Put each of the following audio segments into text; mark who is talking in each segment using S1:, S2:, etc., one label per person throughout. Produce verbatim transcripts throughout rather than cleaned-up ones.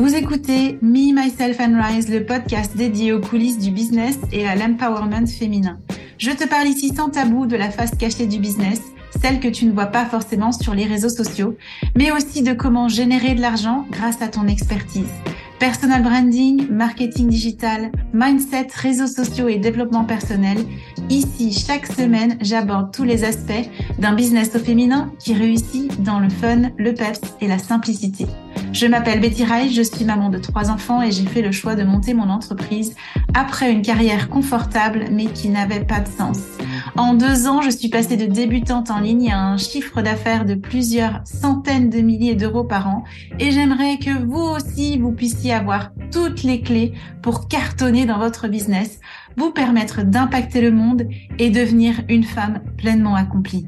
S1: Vous écoutez Me, Myself and Rise, le podcast dédié aux coulisses du business et à l'empowerment féminin. Je te parle ici sans tabou de la face cachée du business, celle que tu ne vois pas forcément sur les réseaux sociaux, mais aussi de comment générer de l'argent grâce à ton expertise. Personal branding, marketing digital, mindset, réseaux sociaux et développement personnel. Ici, chaque semaine, j'aborde tous les aspects d'un business au féminin qui réussit dans le fun, le peps et la simplicité. Je m'appelle Betty Rice, je suis maman de trois enfants et j'ai fait le choix de monter mon entreprise après une carrière confortable mais qui n'avait pas de sens. En deux ans, je suis passée de débutante en ligne à un chiffre d'affaires de plusieurs centaines de milliers d'euros par an et j'aimerais que vous aussi, vous puissiez avoir toutes les clés pour cartonner dans votre business, vous permettre d'impacter le monde et devenir une femme pleinement accomplie.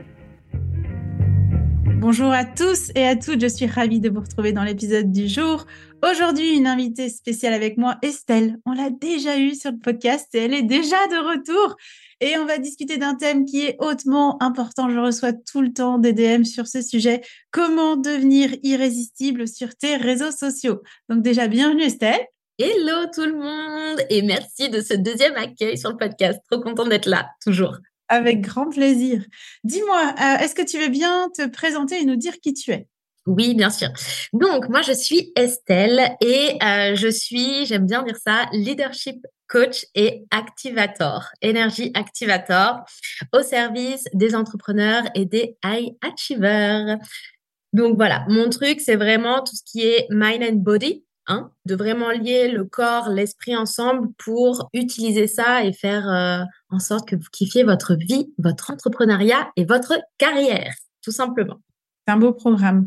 S1: Bonjour à tous et à toutes, je suis ravie de vous retrouver dans l'épisode du jour. Aujourd'hui, une invitée spéciale avec moi, Estelle. On l'a déjà eue sur le podcast et elle est déjà de retour. Et on va discuter d'un thème qui est hautement important. Je reçois tout le temps des D M sur ce sujet. Comment devenir irrésistible sur tes réseaux sociaux? Donc déjà, bienvenue Estelle.
S2: Hello tout le monde et merci de ce deuxième accueil sur le podcast. Trop contente d'être là, toujours.
S1: Avec grand plaisir. Dis-moi, euh, est-ce que tu veux bien te présenter et nous dire qui tu es?
S2: Oui, bien sûr. Donc, moi, je suis Estelle et euh, je suis, j'aime bien dire ça, leadership coach et activator, énergie activator au service des entrepreneurs et des high achievers. Donc, voilà, mon truc, c'est vraiment tout ce qui est mind and body. Hein, de vraiment lier le corps, l'esprit ensemble pour utiliser ça et faire euh, en sorte que vous kiffiez votre vie, votre entrepreneuriat et votre carrière, tout simplement.
S1: C'est un beau programme.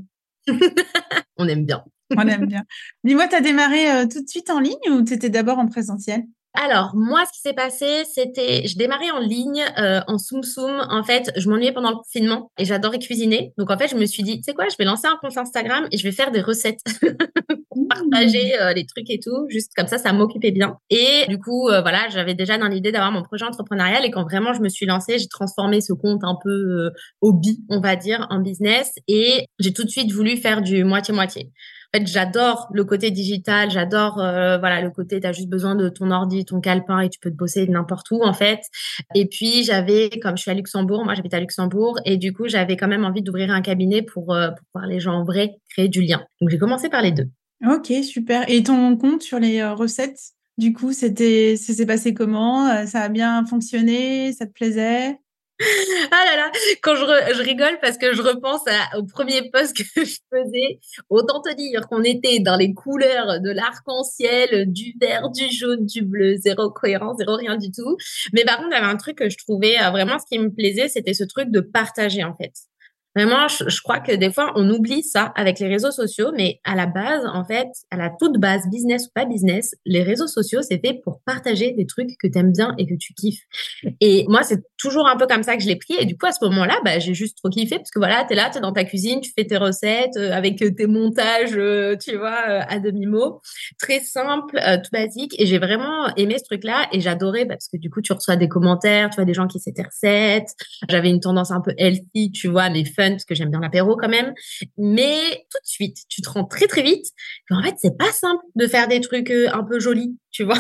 S2: On aime bien.
S1: On aime bien. Dis-moi, tu as démarré euh, tout de suite en ligne ou tu étais d'abord en présentiel?
S2: Alors, moi, ce qui s'est passé, c'était, je démarrais en ligne, euh, en Soum Soum. En fait, je m'ennuyais pendant le confinement et j'adorais cuisiner. Donc, en fait, je me suis dit, tu sais quoi, je vais lancer un compte Instagram et je vais faire des recettes pour partager euh, les trucs et tout. Juste comme ça, ça m'occupait bien. Et du coup, euh, voilà, j'avais déjà dans l'idée d'avoir mon projet entrepreneurial. Et quand vraiment je me suis lancée, j'ai transformé ce compte un peu euh, hobby, on va dire, en business. Et j'ai tout de suite voulu faire du moitié-moitié. En fait, j'adore le côté digital, j'adore euh, voilà le côté t'as juste besoin de ton ordi, ton calepin et tu peux te bosser n'importe où en fait. Et puis j'avais, comme je suis à Luxembourg, moi j'habite à Luxembourg et du coup j'avais quand même envie d'ouvrir un cabinet pour euh, pour voir les gens en vrai, créer du lien. Donc j'ai commencé par les deux.
S1: Ok, super. Et ton compte sur les euh, recettes, du coup, c'était, ça s'est passé comment? Euh, Ça a bien fonctionné? Ça te plaisait?
S2: Ah là là, quand je, re, je rigole parce que je repense à, au premier post que je faisais. Autant te dire qu'on était dans les couleurs de l'arc-en-ciel, du vert, du jaune, du bleu, zéro cohérence, zéro rien du tout. Mais par contre, il y avait un truc que je trouvais euh, vraiment ce qui me plaisait, c'était ce truc de partager en fait. Vraiment, je, je crois que des fois, on oublie ça avec les réseaux sociaux, mais à la base, en fait, à la toute base, business ou pas business, les réseaux sociaux, c'est fait pour partager des trucs que t'aimes bien et que tu kiffes. Et moi, c'est toujours un peu comme ça que je l'ai pris. Et du coup, à ce moment-là, bah, j'ai juste trop kiffé parce que voilà, t'es là, t'es dans ta cuisine, tu fais tes recettes euh, avec tes montages, euh, tu vois, euh, à demi-mot. Très simple, euh, tout basique. Et j'ai vraiment aimé ce truc-là et j'adorais bah, parce que du coup, tu reçois des commentaires, tu vois, des gens qui essaient tes recettes. J'avais une tendance un peu healthy, tu vois, mais fun parce que j'aime bien l'apéro quand même. Mais tout de suite, tu te rends très, très vite qu'en fait, c'est pas simple de faire des trucs euh, un peu jolis, tu vois.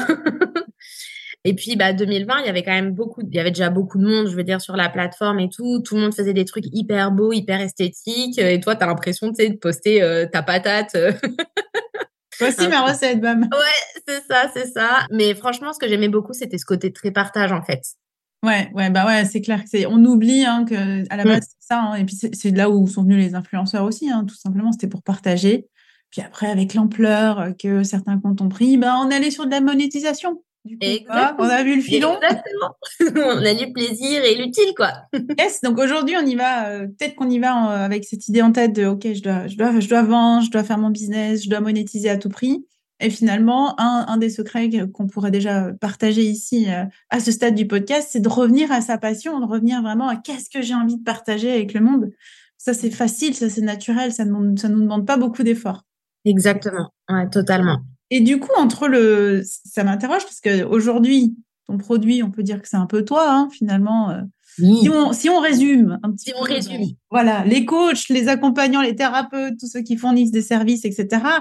S2: Et puis, bah, deux mille vingt, il y avait quand même beaucoup, il y avait déjà beaucoup de monde, je veux dire, sur la plateforme et tout. Tout le monde faisait des trucs hyper beaux, hyper esthétiques. Et toi, t'as l'impression, tu sais, de poster euh, ta patate.
S1: Voici ma recette, bam.
S2: Ouais, c'est ça, c'est ça. Mais franchement, ce que j'aimais beaucoup, c'était ce côté très partage, en fait.
S1: Ouais, ouais, bah ouais, c'est clair que c'est, on oublie hein, que à la base, mm. c'est ça. Hein, et puis, c'est, c'est là où sont venus les influenceurs aussi, hein, tout simplement. C'était pour partager. Puis après, avec l'ampleur que certains comptes ont pris, ben, on allait sur de la monétisation. Du coup,
S2: Exactement.
S1: on a vu le filon.
S2: Exactement. On a du plaisir et l'utile, quoi.
S1: Yes, donc aujourd'hui, on y va. Euh, peut-être qu'on y va euh, avec cette idée en tête de, OK, je dois, je dois, je dois vendre, je dois faire mon business, je dois monétiser à tout prix. Et finalement, un, un des secrets qu'on pourrait déjà partager ici euh, à ce stade du podcast, c'est de revenir à sa passion, de revenir vraiment à qu'est-ce que j'ai envie de partager avec le monde. Ça, c'est facile, ça, c'est naturel, ça ne ça nous demande pas beaucoup d'efforts.
S2: Exactement, ouais, totalement.
S1: Et du coup, entre le, ça m'interroge parce qu'aujourd'hui, ton produit, on peut dire que c'est un peu toi, hein, finalement. Euh, oui. Si on, si on résume un petit
S2: si
S1: peu.
S2: on résume.
S1: Voilà, les coachs, les accompagnants, les thérapeutes, tous ceux qui fournissent des services, et cetera.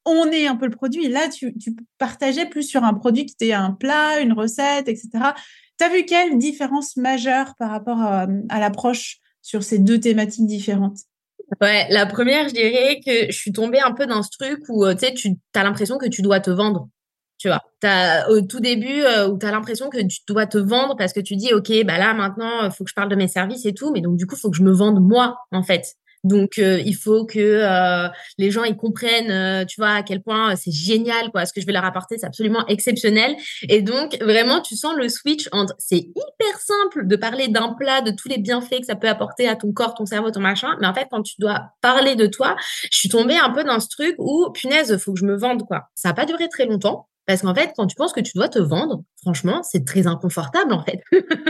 S1: on est un peu le produit. Et là, tu, tu partageais plus sur un produit qui était un plat, une recette, et cetera. Tu as vu quelle différence majeure par rapport à, à l'approche sur ces deux thématiques différentes?
S2: Ouais, la première, je dirais que je suis tombée un peu dans ce truc où, euh, tu sais, tu as l'impression que tu dois te vendre. Tu vois, t'as, au tout début, euh, où tu as l'impression que tu dois te vendre parce que tu dis, OK, bah là, maintenant, il faut que je parle de mes services et tout. Mais donc, du coup, il faut que je me vende moi, en fait. Donc, euh, il faut que euh, les gens ils comprennent, euh, tu vois, à quel point euh, c'est génial, quoi. Ce que je vais leur apporter, c'est absolument exceptionnel. Et donc, vraiment, tu sens le switch entre, c'est hyper simple de parler d'un plat, de tous les bienfaits que ça peut apporter à ton corps, ton cerveau, ton machin. Mais en fait, quand tu dois parler de toi, je suis tombée un peu dans ce truc où, punaise, faut que je me vende, quoi. Ça n'a pas duré très longtemps. Parce qu'en fait, quand tu penses que tu dois te vendre, franchement, c'est très inconfortable, en fait.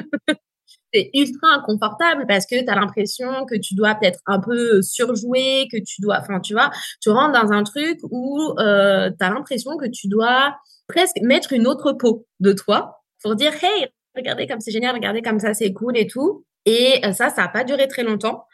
S2: C'est ultra inconfortable parce que tu as l'impression que tu dois peut-être un peu surjouer, que tu dois, enfin, tu vois, tu rentres dans un truc où euh, tu as l'impression que tu dois presque mettre une autre peau de toi pour dire, hey, regardez comme c'est génial, regardez comme ça, c'est cool et tout. Et euh, ça, ça n'a pas duré très longtemps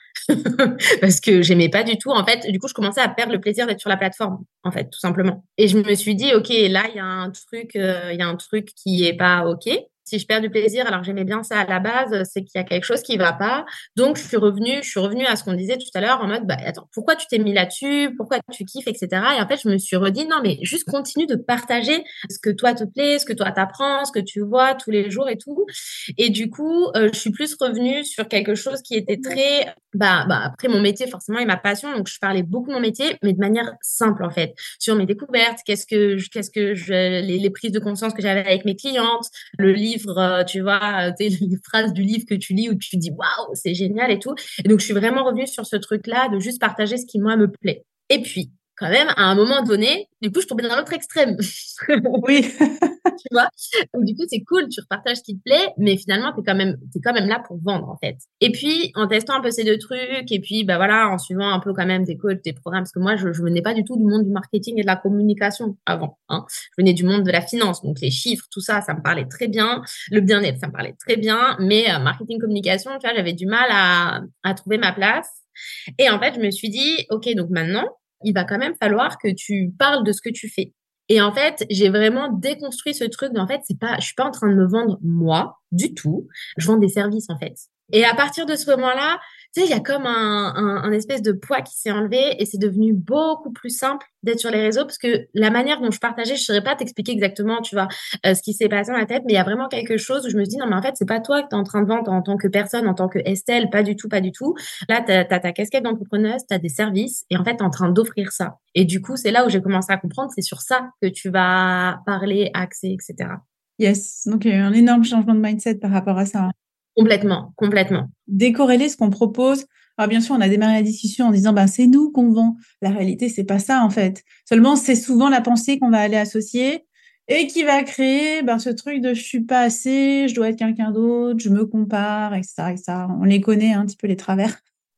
S2: parce que j'aimais pas du tout. En fait, du coup, je commençais à perdre le plaisir d'être sur la plateforme, en fait, tout simplement. Et je me suis dit, OK, là, il y a un truc, euh, il y a un truc qui est pas OK. Si je perds du plaisir, alors que j'aimais bien ça à la base, c'est qu'il y a quelque chose qui va pas. Donc, je suis revenue, je suis revenue à ce qu'on disait tout à l'heure en mode, bah, attends, pourquoi tu t'es mis là-dessus? Pourquoi tu kiffes, et cetera. Et en fait, je me suis redit, non, mais juste continue de partager ce que toi te plaît, ce que toi t'apprends, ce que tu vois tous les jours et tout. Et du coup, euh, je suis plus revenue sur quelque chose qui était très, bah, bah, après mon métier, forcément, et ma passion. Donc, je parlais beaucoup de mon métier, mais de manière simple, en fait, sur mes découvertes, qu'est-ce que je, qu'est-ce que je, les, les prises de conscience que j'avais avec mes clientes, le livre, euh, tu vois, les phrases du livre que tu lis où tu dis waouh, c'est génial et tout. Et donc, je suis vraiment revenue sur ce truc-là de juste partager ce qui, moi, me plaît. Et puis, quand même, à un moment donné, du coup, je suis tombée dans l'autre extrême.
S1: Oui.
S2: Tu vois, donc du coup c'est cool, tu repartages ce qui te plaît, mais finalement t'es quand même t'es quand même là pour vendre en fait. Et puis en testant un peu ces deux trucs, et puis bah voilà, en suivant un peu quand même tes coachs, tes programmes, parce que moi je, je venais pas du tout du monde du marketing et de la communication avant, hein. Je venais du monde de la finance, donc les chiffres, tout ça, ça me parlait très bien, le bien-être, ça me parlait très bien, mais euh, marketing communication, tu vois, j'avais du mal à à trouver ma place. Et en fait je me suis dit ok, donc maintenant il va quand même falloir que tu parles de ce que tu fais. Et en fait, j'ai vraiment déconstruit ce truc. En fait, c'est pas, je suis pas en train de me vendre moi du tout. Je vends des services en fait. Et à partir de ce moment-là, tu sais, il y a comme un, un, un espèce de poids qui s'est enlevé et c'est devenu beaucoup plus simple d'être sur les réseaux parce que la manière dont je partageais, je ne saurais pas t'expliquer exactement, tu vois, euh, ce qui s'est passé dans la tête, mais il y a vraiment quelque chose où je me dis non, mais en fait, c'est pas toi que tu es en train de vendre en tant que personne, en tant que Estelle, pas du tout, pas du tout. Là, tu as ta casquette d'entrepreneuse, tu as des services et en fait, tu es en train d'offrir ça. Et du coup, c'est là où j'ai commencé à comprendre, c'est sur ça que tu vas parler, axer, et cetera.
S1: Yes, donc il y a eu un énorme changement de mindset par rapport à ça.
S2: Complètement, complètement.
S1: Décorréler ce qu'on propose. Alors bien sûr, on a démarré la discussion en disant bah, c'est nous qu'on vend. La réalité, c'est pas ça en fait. Seulement, c'est souvent la pensée qu'on va aller associer et qui va créer ben, ce truc de je suis pas assez, je dois être quelqu'un d'autre, je me compare, et cetera, et cetera. On les connaît un petit peu les travers.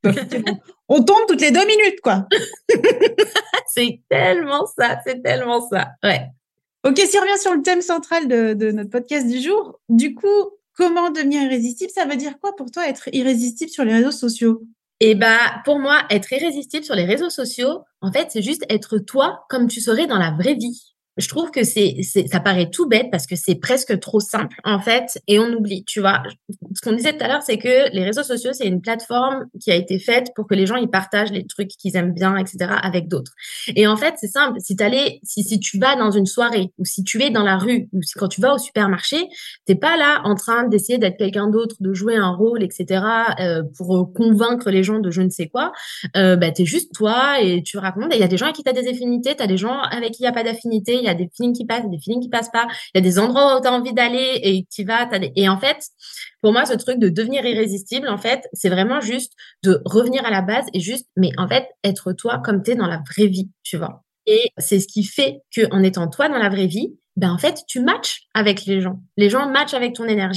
S1: On tombe toutes les deux minutes, quoi.
S2: C'est tellement ça, c'est tellement ça. Ouais.
S1: Ok, si on revient sur le thème central de, de notre podcast du jour, du coup, comment devenir irrésistible? Ça veut dire quoi pour toi être irrésistible sur les réseaux sociaux?
S2: Et bah, pour moi, être irrésistible sur les réseaux sociaux, en fait, c'est juste être toi comme tu serais dans la vraie vie. Je trouve que c'est, c'est, ça paraît tout bête parce que c'est presque trop simple, en fait, et on oublie, tu vois. Ce qu'on disait tout à l'heure, c'est que les réseaux sociaux, c'est une plateforme qui a été faite pour que les gens, ils partagent les trucs qu'ils aiment bien, et cetera, avec d'autres. Et en fait, c'est simple. Si t'allais, si, si tu vas dans une soirée, ou si tu es dans la rue, ou si quand tu vas au supermarché, t'es pas là en train d'essayer d'être quelqu'un d'autre, de jouer un rôle, et cetera, euh, pour convaincre les gens de je ne sais quoi. Euh, bah, t'es juste toi et tu racontes. Et il y a des gens avec qui t'as des affinités, t'as des gens avec qui il n'y a pas d'affinité. Il y a des feelings qui passent, des feelings qui passent pas. Il y a des endroits où tu as envie d'aller et tu vas. T'as des... Et en fait, pour moi, ce truc de devenir irrésistible, en fait, c'est vraiment juste de revenir à la base et juste, mais en fait, être toi comme tu es dans la vraie vie, tu vois. Et c'est ce qui fait qu'en étant toi dans la vraie vie, ben en fait, tu matches avec les gens. Les gens matchent avec ton énergie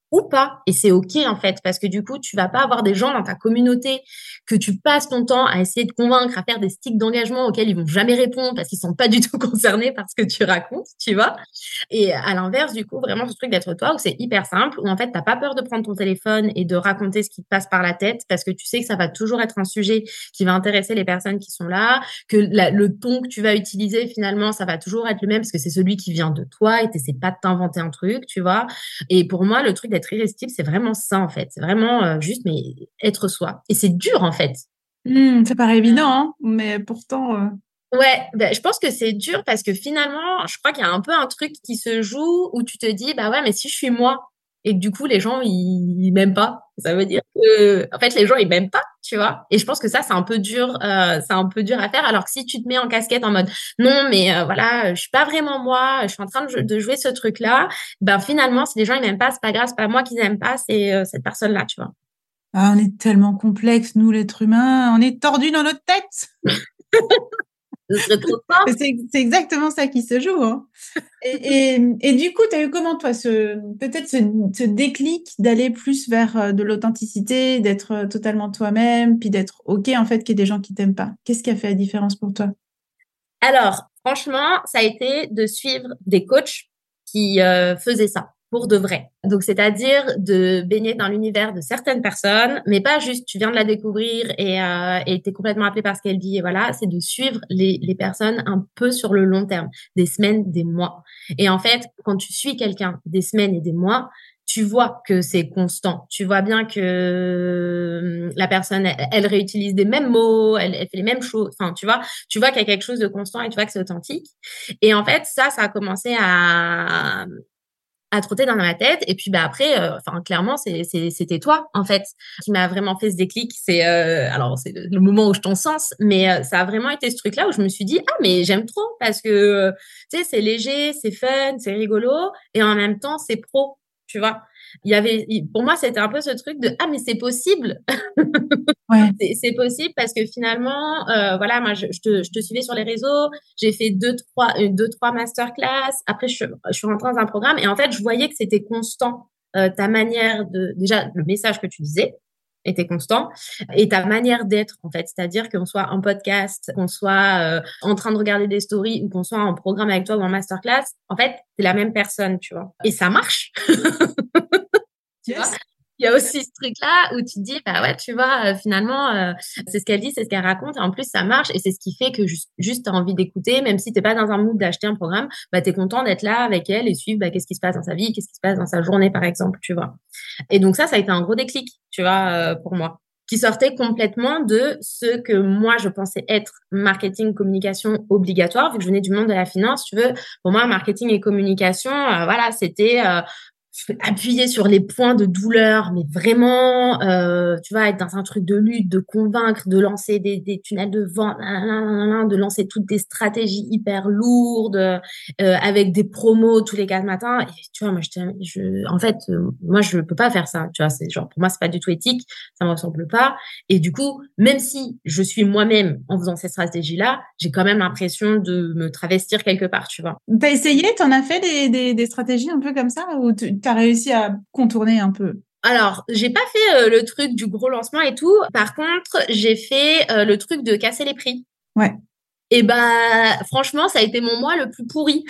S2: ou pas. Et c'est OK, en fait, parce que du coup, tu vas pas avoir des gens dans ta communauté que tu passes ton temps à essayer de convaincre, à faire des sticks d'engagement auxquels ils vont jamais répondre parce qu'ils sont pas du tout concernés par ce que tu racontes, tu vois. Et à l'inverse, du coup, vraiment ce truc d'être toi où c'est hyper simple, où en fait, t'as pas peur de prendre ton téléphone et de raconter ce qui te passe par la tête parce que tu sais que ça va toujours être un sujet qui va intéresser les personnes qui sont là, que la, le ton que tu vas utiliser, finalement, ça va toujours être le même parce que c'est celui qui vient de toi et t'essaies pas de t'inventer un truc, tu vois. Et pour moi, le truc d'être irrésistible, c'est vraiment ça, en fait. C'est vraiment euh, juste, mais être soi. Et c'est dur, en fait.
S1: Mmh, ça paraît évident, hein, mais pourtant... euh,
S2: Ouais, ben, je pense que c'est dur parce que finalement, je crois qu'il y a un peu un truc qui se joue où tu te dis, bah ouais, mais si je suis moi, et que du coup, les gens, ils, ils m'aiment pas, ça veut dire que, en fait, les gens, ils m'aiment pas, tu vois. Et je pense que ça, c'est un peu dur, euh, c'est un peu dur à faire. Alors que si tu te mets en casquette en mode, non, mais euh, voilà, je suis pas vraiment moi, je suis en train de, de jouer ce truc-là, ben finalement, si les gens, ils m'aiment pas, c'est pas grave, c'est pas moi qu'ils aiment pas, c'est euh, cette personne-là, tu vois.
S1: Ah, on est tellement complexe, nous, l'être humain. On est tordu dans notre tête.
S2: Ce serait trop fort.
S1: C'est c'est exactement ça qui se joue, hein. Et, et, et du coup, tu as eu comment, toi, ce, peut-être ce, ce déclic d'aller plus vers euh, de l'authenticité, d'être euh, totalement toi-même, puis d'être OK, en fait, qu'il y ait des gens qui t'aiment pas. Qu'est-ce qui a fait la différence pour toi?
S2: Alors, franchement, ça a été de suivre des coachs qui euh, faisaient ça pour de vrai. Donc, c'est-à-dire de baigner dans l'univers de certaines personnes, mais pas juste tu viens de la découvrir et euh, et t'es complètement appelé par ce qu'elle dit et voilà, c'est de suivre les les personnes un peu sur le long terme, des semaines, des mois. Et en fait, quand tu suis quelqu'un des semaines et des mois, tu vois que c'est constant. Tu vois bien que euh, la personne, elle, elle réutilise des mêmes mots, elle, elle fait les mêmes choses. Enfin, tu vois, tu vois qu'il y a quelque chose de constant et tu vois que c'est authentique. Et en fait, ça, ça a commencé à à trotter dans ma tête. Et puis bah après, euh, enfin clairement, c'est, c'est, c'était toi en fait qui m'a vraiment fait ce déclic. C'est euh, alors c'est le, le moment où je t'encense, mais euh, ça a vraiment été ce truc-là où je me suis dit ah mais j'aime trop parce que euh, tu sais c'est léger, c'est fun, c'est rigolo et en même temps c'est pro, tu vois. Il y avait pour moi c'était un peu ce truc de ah mais c'est possible.
S1: Ouais.
S2: C'est, c'est possible parce que finalement, euh, voilà, moi, je, je, te, je te suivais sur les réseaux, j'ai fait deux, trois, euh, deux, trois masterclass. Après, je, je suis rentrée dans un programme et en fait, je voyais que c'était constant. Euh, ta manière de, déjà, le message que tu disais était constant et ta manière d'être, en fait. C'est-à-dire qu'on soit en podcast, qu'on soit euh, en train de regarder des stories ou qu'on soit en programme avec toi ou en masterclass, en fait, c'est la même personne, tu vois. Et ça marche. Tu vois,
S1: Yes.
S2: il y a aussi ce truc-là où tu te dis, bah ouais, tu vois, euh, finalement, euh, c'est ce qu'elle dit, c'est ce qu'elle raconte, et en plus, ça marche, et c'est ce qui fait que juste, juste t'as envie d'écouter, même si t'es pas dans un mood d'acheter un programme, bah t'es content d'être là avec elle et suivre, bah qu'est-ce qui se passe dans sa vie, qu'est-ce qui se passe dans sa journée, par exemple, tu vois. Et donc ça, ça a été un gros déclic, tu vois, euh, pour moi, qui sortait complètement de ce que moi, je pensais être marketing, communication obligatoire, vu que je venais du monde de la finance, tu veux. Pour moi, marketing et communication, euh, voilà, c'était... Euh, appuyer sur les points de douleur, mais vraiment, euh, tu vois, être dans un truc de lutte, de convaincre, de lancer des, des tunnels de vente, de lancer toutes des stratégies hyper lourdes, euh, avec des promos tous les quatre matins. Et tu vois, moi, je, je, en fait, euh, moi, je peux pas faire ça. Tu vois, c'est genre, pour moi, c'est pas du tout éthique, ça me ressemble pas. Et du coup, même si je suis moi-même en faisant cette stratégie-là, j'ai quand même l'impression de me travestir quelque part, tu vois.
S1: T'as essayé, t'en as fait des, des, des stratégies un peu comme ça ou tu as réussi à contourner un peu?
S2: Alors, j'ai pas fait euh, le truc du gros lancement et tout. Par contre, j'ai fait euh, le truc de casser les prix.
S1: Ouais.
S2: Et bah, franchement, ça a été mon mois le plus pourri.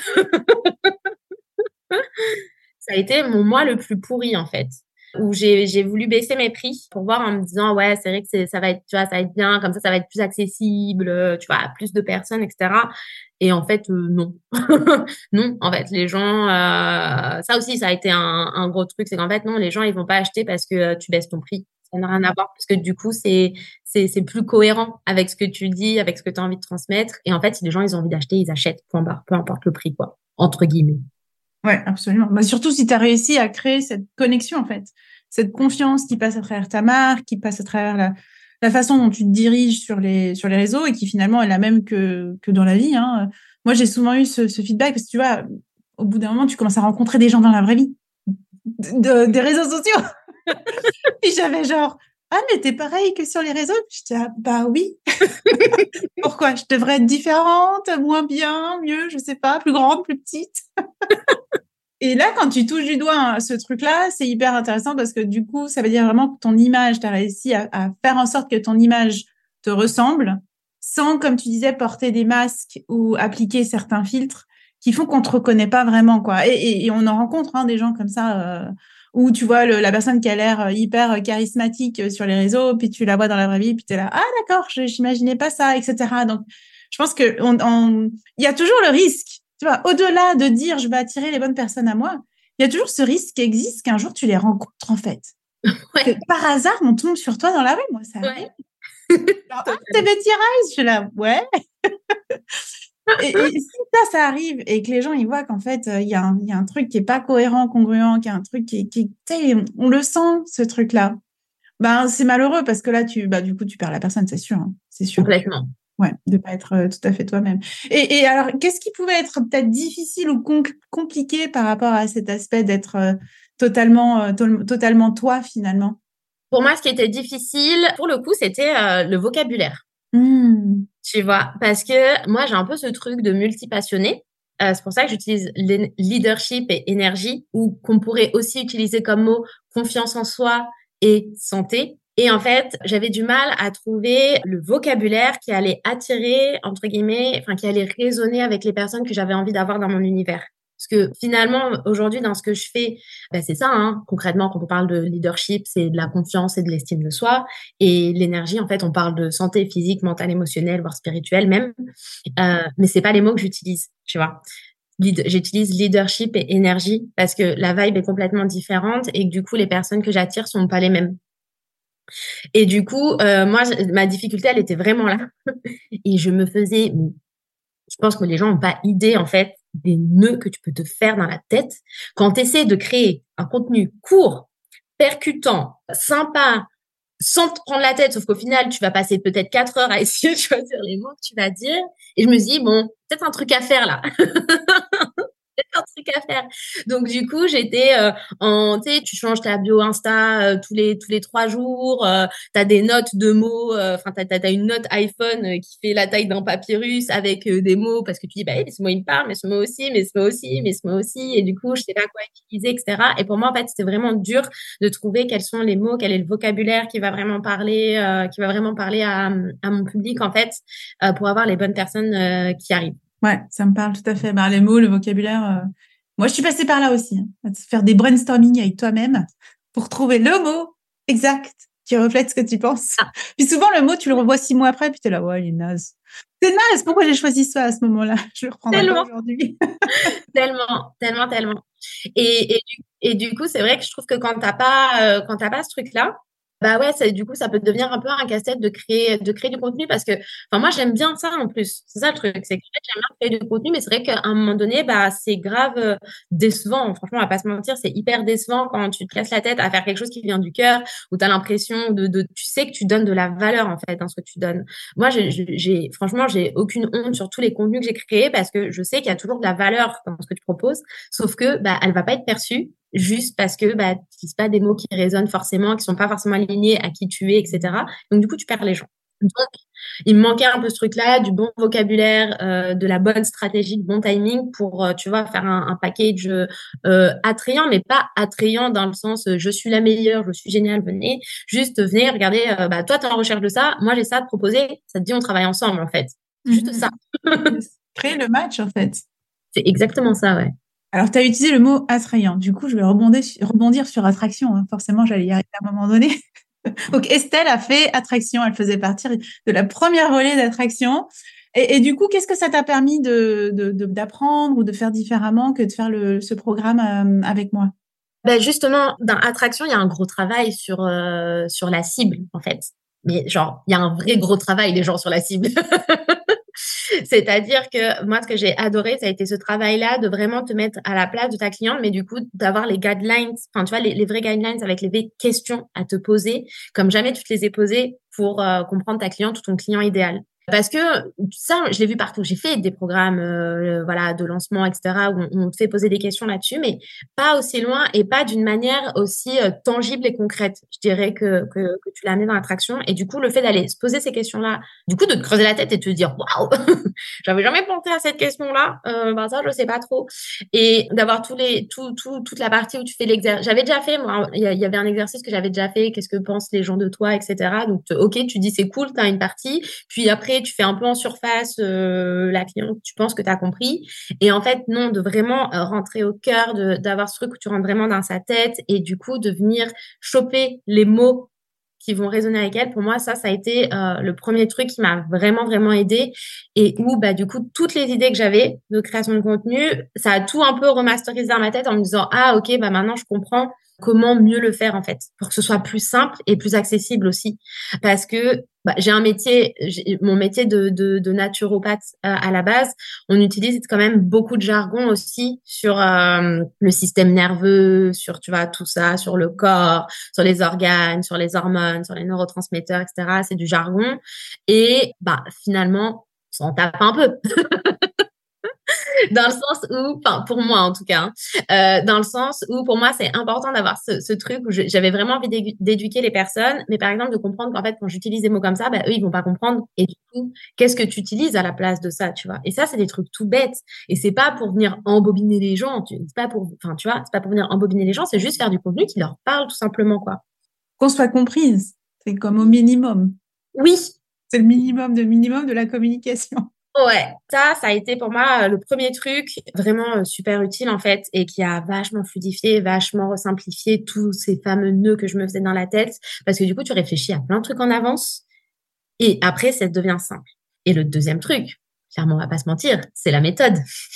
S2: Ça a été mon mois le plus pourri, en fait. Où j'ai, j'ai voulu baisser mes prix pour voir en me disant, ouais, c'est vrai que c'est, ça va être, tu vois, ça va être bien, comme ça, ça va être plus accessible, tu vois, à plus de personnes, et cetera. Et en fait, euh, non. Non, en fait, les gens, euh, ça aussi, ça a été un, un gros truc, c'est qu'en fait, non, les gens, ils vont pas acheter parce que euh, tu baisses ton prix. Ça n'a rien à voir parce que du coup, c'est, c'est, c'est plus cohérent avec ce que tu dis, avec ce que tu as envie de transmettre. Et en fait, si les gens, ils ont envie d'acheter, ils achètent, point barre, peu importe le prix, quoi, entre guillemets.
S1: Ouais, absolument. Bah, surtout si tu as réussi à créer cette connexion, en fait, cette confiance qui passe à travers ta marque, qui passe à travers la, la façon dont tu te diriges sur les, sur les réseaux et qui finalement est la même que, que dans la vie, hein. Moi, j'ai souvent eu ce, ce feedback parce que tu vois, au bout d'un moment, tu commences à rencontrer des gens dans la vraie vie, de, des réseaux sociaux. Et j'avais genre, ah, mais t'es pareil que sur les réseaux. Je dis, ah, bah oui. Pourquoi? Je devrais être différente, moins bien, mieux, je sais pas, plus grande, plus petite. Et là, quand tu touches du doigt hein, ce truc-là, c'est hyper intéressant parce que du coup, ça veut dire vraiment que ton image, tu as réussi à, à faire en sorte que ton image te ressemble sans, comme tu disais, porter des masques ou appliquer certains filtres qui font qu'on te reconnaît pas vraiment, quoi. Et, et, et on en rencontre hein, des gens comme ça euh, où tu vois le, la personne qui a l'air hyper charismatique sur les réseaux, puis tu la vois dans la vraie vie, puis tu es là, ah d'accord, je j'imaginais pas ça, et cetera. Donc, je pense que on, on, il y a toujours le risque. Tu vois, au-delà de dire je vais attirer les bonnes personnes à moi, il y a toujours ce risque qui existe qu'un jour tu les rencontres en fait.
S2: Ouais.
S1: Que par hasard on tombe sur toi dans la rue, moi ça arrive. Ouais. Genre, ah, t'es Betty Rice, je suis là, ouais. et, et si ça, ça arrive et que les gens ils voient qu'en fait il y, y a un truc qui est pas cohérent, congruent, qu'il y a un truc qui, qui on le sent ce truc-là, ben c'est malheureux parce que là tu, bah du coup tu perds la personne, c'est sûr, hein, c'est sûr.
S2: Complètement.
S1: Ouais, de pas être euh, tout à fait toi-même. Et, et alors, qu'est-ce qui pouvait être peut-être difficile ou com- compliqué par rapport à cet aspect d'être euh, totalement, euh, to- totalement toi finalement?
S2: Pour moi, ce qui était difficile, pour le coup, c'était euh, le vocabulaire.
S1: Mmh.
S2: Tu vois, parce que moi, j'ai un peu ce truc de multi-passionné. Euh, c'est pour ça que j'utilise leadership et énergie, ou qu'on pourrait aussi utiliser comme mot confiance en soi et santé. Et en fait, j'avais du mal à trouver le vocabulaire qui allait attirer, entre guillemets, enfin, qui allait résonner avec les personnes que j'avais envie d'avoir dans mon univers. Parce que finalement, aujourd'hui, dans ce que je fais, ben c'est ça, hein, concrètement, quand on parle de leadership, c'est de la confiance et de l'estime de soi. Et l'énergie, en fait, on parle de santé physique, mentale, émotionnelle, voire spirituelle même. Euh, mais c'est pas les mots que j'utilise, tu vois. Lead- j'utilise leadership et énergie parce que la vibe est complètement différente et que du coup, les personnes que j'attire sont pas les mêmes. Et du coup, euh, moi, ma difficulté, elle était vraiment là. Et je me faisais, je pense que les gens n'ont pas idée, en fait, des nœuds que tu peux te faire dans la tête quand tu essaies de créer un contenu court, percutant, sympa, sans te prendre la tête, sauf qu'au final, tu vas passer peut-être quatre heures à essayer de choisir les mots que tu vas dire. Et je me dis, bon, peut-être un truc à faire là. Un truc à faire. Donc du coup, j'étais euh, en, tu sais, tu changes ta bio Insta euh, tous les tous les trois jours. Euh, t'as des notes de mots. Enfin, euh, t'as t'as une note iPhone euh, qui fait la taille d'un papyrus avec euh, des mots parce que tu dis bah mais ce mot il me parle, mais ce mot aussi, mais ce mot aussi, mais ce mot aussi. Et du coup, je sais pas quoi utiliser, et cetera. Et pour moi, en fait, c'était vraiment dur de trouver quels sont les mots, quel est le vocabulaire qui va vraiment parler, euh, qui va vraiment parler à à mon public en fait, euh, pour avoir les bonnes personnes euh, qui arrivent.
S1: Ouais, ça me parle tout à fait. Ben, les mots, le vocabulaire. Euh... Moi, je suis passée par là aussi. Hein, faire des brainstorming avec toi-même pour trouver le mot exact qui reflète ce que tu penses. Ah. Puis souvent, le mot, tu le revois six mois après, puis tu es là, ouais, il est naze. C'est naze, pourquoi j'ai choisi ça à ce moment-là? Je le reprendrai pas aujourd'hui.
S2: tellement, tellement, tellement. Et, et, du, et du coup, c'est vrai que je trouve que quand t'as pas, euh, quand t'as pas ce truc-là, bah ouais, ça, du coup, ça peut devenir un peu un casse-tête de créer, de créer du contenu parce que, enfin, moi, j'aime bien ça en plus. C'est ça le truc, c'est que j'aime bien créer du contenu, mais c'est vrai qu'à un moment donné, bah, c'est grave euh, décevant. Franchement, on va pas se mentir, c'est hyper décevant quand tu te casses la tête à faire quelque chose qui vient du cœur, où tu as l'impression de, de, tu sais que tu donnes de la valeur en fait dans ce que tu donnes. Moi, j'ai, j'ai franchement, j'ai aucune honte sur tous les contenus que j'ai créés parce que je sais qu'il y a toujours de la valeur dans ce que tu proposes, sauf que, bah, elle va pas être perçue juste parce que bah tu n'utilises pas des mots qui résonnent forcément, qui sont pas forcément alignés à qui tu es, et cetera. Donc du coup, tu perds les gens. Donc, il me manquait un peu ce truc-là, du bon vocabulaire, euh, de la bonne stratégie, du bon timing pour, euh, tu vois, faire un, un package euh, attrayant, mais pas attrayant dans le sens euh, je suis la meilleure, je suis géniale, venez. Juste venez, regardez, euh, bah toi, tu es en recherche de ça, moi j'ai ça à te proposer, ça te dit on travaille ensemble en fait. C'est juste ça.
S1: Créer le match en fait.
S2: C'est exactement ça, ouais.
S1: Alors, tu as utilisé le mot attrayant. Du coup, je vais rebondir, rebondir sur attraction. Hein. Forcément, j'allais y arriver à un moment donné. Donc, Estelle a fait attraction. Elle faisait partie de la première volée d'attraction. Et, et du coup, qu'est-ce que ça t'a permis de, de, de, d'apprendre ou de faire différemment que de faire le, ce programme euh, avec moi?
S2: Ben justement, dans attraction, il y a un gros travail sur, euh, sur la cible, en fait. Mais genre, il y a un vrai gros travail, les gens, sur la cible. C'est-à-dire que moi, ce que j'ai adoré, ça a été ce travail-là de vraiment te mettre à la place de ta cliente, mais du coup, d'avoir les guidelines, enfin, tu vois, les, les vrais guidelines avec les vraies questions à te poser, comme jamais tu te les ai posées pour euh, comprendre ta cliente ou ton client idéal. Parce que ça, je l'ai vu partout. J'ai fait des programmes, euh, voilà, de lancement, et cetera, où on, on te fait poser des questions là-dessus, mais pas aussi loin et pas d'une manière aussi euh, tangible et concrète. Je dirais que, que, que tu l'as amené dans l'attraction. Et du coup, le fait d'aller se poser ces questions-là, du coup, de te creuser la tête et de te dire, waouh, j'avais jamais pensé à cette question-là. Euh, ben ça, je sais pas trop. Et d'avoir tous les, tout, tout, toute la partie où tu fais l'exercice. J'avais déjà fait, moi, il y, y avait un exercice que j'avais déjà fait. Qu'est-ce que pensent les gens de toi, et cetera. Donc, ok, tu dis c'est cool, t'as une partie. Puis après, tu fais un peu en surface euh, la cliente, tu penses que tu as compris. Et en fait, non, de vraiment euh, rentrer au cœur, de, d'avoir ce truc où tu rentres vraiment dans sa tête et du coup, de venir choper les mots qui vont résonner avec elle. Pour moi, ça, ça a été euh, le premier truc qui m'a vraiment, vraiment aidé et où, bah, du coup, toutes les idées que j'avais de création de contenu, ça a tout un peu remasterisé dans ma tête en me disant, ah, ok, bah, maintenant, je comprends comment mieux le faire, en fait, pour que ce soit plus simple et plus accessible aussi. Parce que bah, j'ai un métier, j'ai, mon métier de, de, de naturopathe euh, à la base, on utilise quand même beaucoup de jargon aussi sur euh, le système nerveux, sur tu vois tout ça, sur le corps, sur les organes, sur les hormones, sur les neurotransmetteurs, et cetera. C'est du jargon et bah finalement, on s'en tape un peu. Dans le sens où, enfin pour moi en tout cas, hein, euh, dans le sens où pour moi c'est important d'avoir ce, ce truc où je, j'avais vraiment envie d'édu- d'éduquer les personnes, mais par exemple de comprendre qu'en fait quand j'utilise des mots comme ça, bah, eux ils vont pas comprendre et du coup qu'est-ce que tu utilises à la place de ça, tu vois. Et ça c'est des trucs tout bêtes et c'est pas pour venir embobiner les gens, tu, c'est pas pour, enfin tu vois, c'est pas pour venir embobiner les gens, c'est juste faire du contenu qui leur parle tout simplement quoi.
S1: Qu'on soit comprise, c'est comme au minimum.
S2: Oui.
S1: C'est le minimum de minimum de la communication.
S2: Ouais, ça, ça a été pour moi euh, le premier truc vraiment euh, super utile en fait et qui a vachement fluidifié, vachement resimplifié tous ces fameux nœuds que je me faisais dans la tête parce que du coup, tu réfléchis à plein de trucs en avance et après, ça devient simple. Et le deuxième truc, clairement, on va pas se mentir, c'est la méthode.